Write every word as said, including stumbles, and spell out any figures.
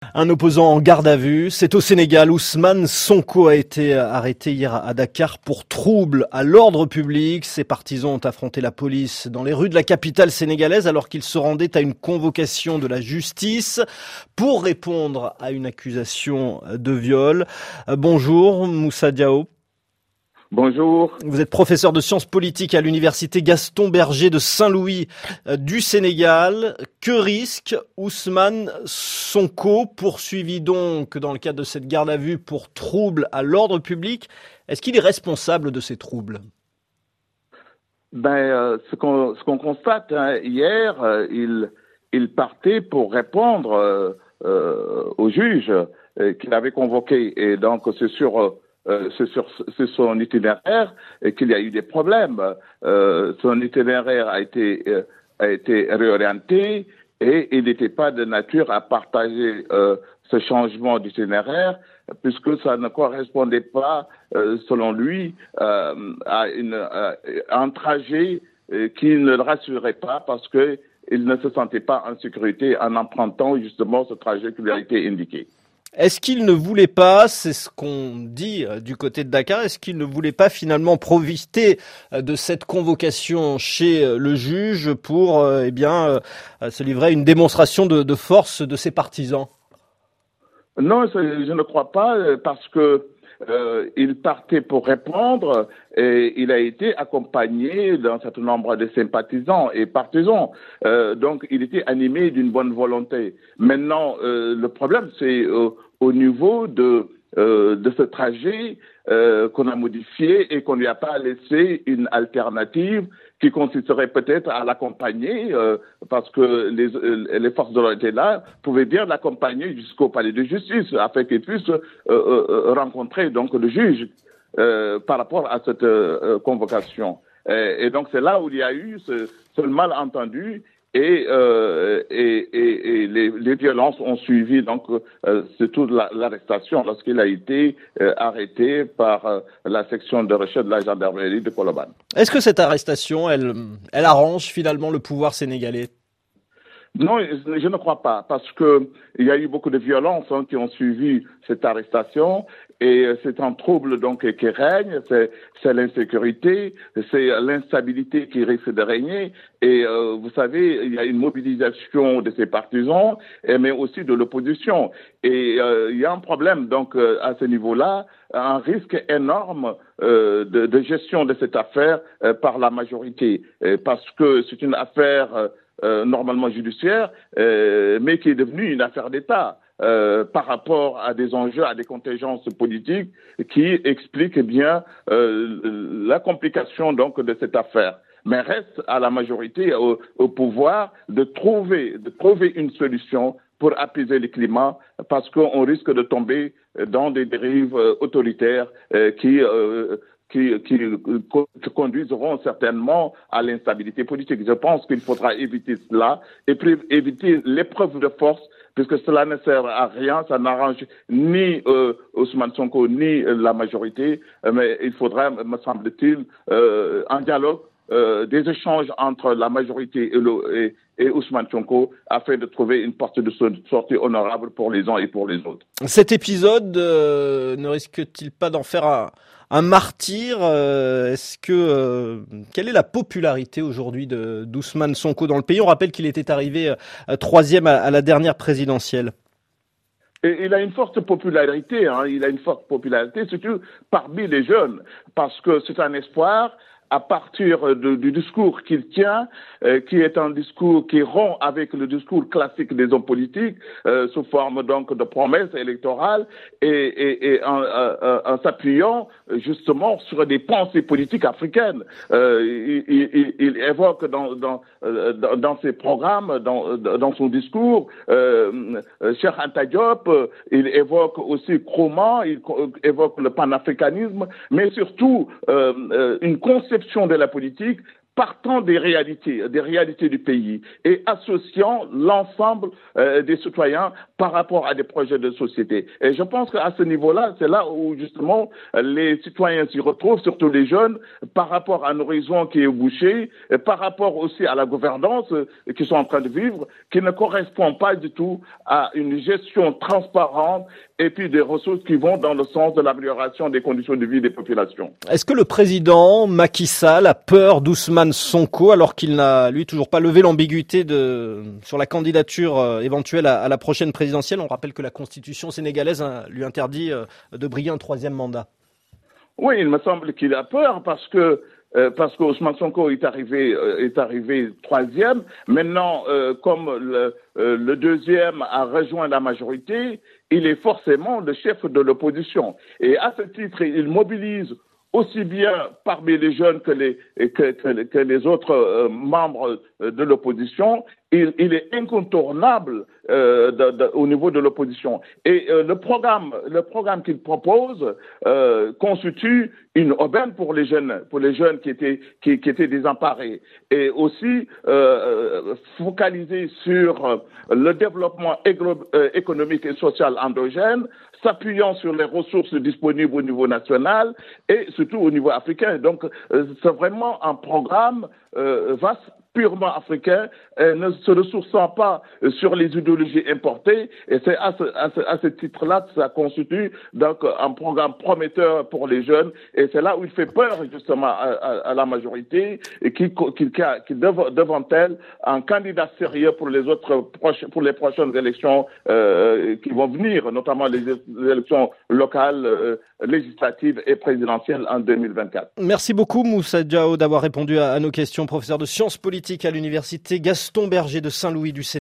Un opposant en garde à vue, c'est au Sénégal. Ousmane Sonko a été arrêté hier à Dakar pour trouble à l'ordre public. Ses partisans ont affronté la police dans les rues de la capitale sénégalaise alors qu'ils se rendaient à une convocation de la justice pour répondre à une accusation de viol. Bonjour Moussa Diao. Bonjour. Vous êtes professeur de sciences politiques à l'université Gaston Berger de Saint-Louis euh, du Sénégal. Que risque Ousmane Sonko, poursuivi donc dans le cadre de cette garde à vue pour trouble à l'ordre public? Est-ce qu'il est responsable de ces troubles? Ben, euh, ce qu'on ce qu'on constate hein, hier, euh, il il partait pour répondre euh, euh, au juge euh, qu'il avait convoqué, et donc c'est sur euh, Euh, c'est sur, sur son itinéraire et qu'il y a eu des problèmes. Euh, son itinéraire a été, euh, a été réorienté et il n'était pas de nature à partager euh, ce changement d'itinéraire puisque ça ne correspondait pas, euh, selon lui, euh, à, une, à un trajet euh, qui ne le rassurait pas parce que il ne se sentait pas en sécurité en empruntant justement ce trajet qui lui a été indiqué. Est-ce qu'il ne voulait pas, c'est ce qu'on dit du côté de Dakar, est-ce qu'il ne voulait pas finalement profiter de cette convocation chez le juge pour eh bien, se livrer à une démonstration de, de force de ses partisans? Non, je ne crois pas, parce que Euh, il partait pour répondre et il a été accompagné d'un certain nombre de sympathisants et partisans. Euh, donc, il était animé d'une bonne volonté. Maintenant, euh, le problème, c'est euh, au niveau de, euh, de ce trajet euh, qu'on a modifié et qu'on ne lui a pas laissé une alternative qui consisterait peut-être à l'accompagner, euh, parce que les, euh, les forces de l'ordre étaient là, pouvaient bien l'accompagner jusqu'au palais de justice, afin qu'il puisse euh, euh, rencontrer donc le juge euh, par rapport à cette euh, convocation. Et, et donc c'est là où il y a eu ce, ce malentendu. Et, euh, et, et, et les, les violences ont suivi donc euh, surtout l'arrestation lorsqu'il a été euh, arrêté par euh, la section de recherche de la gendarmerie de Colobane. Est-ce que cette arrestation, elle, elle arrange finalement le pouvoir sénégalais? Non, je ne crois pas, parce que il y a eu beaucoup de violences hein, qui ont suivi cette arrestation, et c'est un trouble donc qui règne, c'est, c'est l'insécurité, c'est l'instabilité qui risque de régner, et euh, vous savez, il y a une mobilisation de ses partisans, mais aussi de l'opposition, et euh, il y a un problème donc euh, à ce niveau-là, un risque énorme euh, de, de gestion de cette affaire euh, par la majorité, euh, parce que c'est une affaire euh, Euh, normalement judiciaire, euh, mais qui est devenue une affaire d'État euh, par rapport à des enjeux, à des contingences politiques qui expliquent bien euh, la complication donc de cette affaire. Mais reste à la majorité, au, au pouvoir, de trouver, de trouver une solution pour apaiser le climat, parce qu'on risque de tomber dans des dérives autoritaires euh, qui euh, Qui, qui, qui conduiront certainement à l'instabilité politique. Je pense qu'il faudra éviter cela et puis éviter l'épreuve de force, puisque cela ne sert à rien, ça n'arrange ni euh, Ousmane Sonko ni euh, la majorité, mais il faudra, me semble-t-il, euh, un dialogue, euh, des échanges entre la majorité et, le, et, et Ousmane Sonko afin de trouver une porte de sortie honorable pour les uns et pour les autres. Cet épisode euh, ne risque-t-il pas d'en faire un, un martyr? euh, Est-ce que euh, quelle est la popularité aujourd'hui de d'Ousmane Sonko dans le pays? On rappelle qu'il était arrivé euh, troisième à, à la dernière présidentielle. Et il a une forte popularité, hein, il a une forte popularité, surtout parmi les jeunes, parce que c'est un espoir à partir de, du discours qu'il tient, euh, qui est un discours qui rompt avec le discours classique des hommes politiques, euh, sous forme donc de promesses électorales, et, et, et en, en, en s'appuyant justement sur des pensées politiques africaines. Euh, il, il, il évoque dans, dans, dans, dans ses programmes, dans, dans son discours, euh, Cheikh Anta Diop, il évoque aussi Nkrumah, il évoque le panafricanisme, mais surtout euh, une conception de la politique partant des réalités, des réalités du pays et associant l'ensemble euh, des citoyens par rapport à des projets de société. Et je pense qu'à ce niveau-là, c'est là où justement les citoyens s'y retrouvent, surtout les jeunes, par rapport à un horizon qui est bouché, et par rapport aussi à la gouvernance euh, qu'ils sont en train de vivre, qui ne correspond pas du tout à une gestion transparente et puis des ressources qui vont dans le sens de l'amélioration des conditions de vie des populations. Est-ce que le président Macky Sall a peur d'Ousmane Sonko alors qu'il n'a, lui, toujours pas levé l'ambiguïté de, sur la candidature euh, éventuelle à, à la prochaine présidentielle? On rappelle que la constitution sénégalaise hein, lui interdit euh, de briguer un troisième mandat. Oui, il me semble qu'il a peur parce que Euh, parce qu'Ousmane Sonko est arrivé euh, est arrivé troisième. Maintenant, euh, comme le, euh, le deuxième a rejoint la majorité, il est forcément le chef de l'opposition. Et à ce titre, il mobilise aussi bien parmi les jeunes que les que, que, que les autres euh, membres de l'opposition. Il, il est incontournable euh, de, de, au niveau de l'opposition. Et euh, le programme, le programme qu'il propose euh, constitue une aubaine pour les jeunes, pour les jeunes qui étaient qui, qui étaient désemparés, et aussi euh, focalisé sur le développement églo- euh, économique et social endogène, s'appuyant sur les ressources disponibles au niveau national et surtout au niveau africain. Donc, euh, c'est vraiment un programme euh, vaste, purement africain, euh, ne se ressourçant pas euh, sur les idéologies importées. Et c'est à ce, à ce, à ce titre-là que ça constitue donc un programme prometteur pour les jeunes. Et c'est là où il fait peur justement à, à, à la majorité et qui, qui, qui devant, devant elle un candidat sérieux pour les autres proches, pour les prochaines élections euh, qui vont venir, notamment les, les élections locales, euh, législatives et présidentielles en deux mille vingt-quatre. Merci beaucoup Moussa Diao d'avoir répondu à, à nos questions, professeur de sciences politiques à l'université Gaston Berger de Saint-Louis du Sénégal.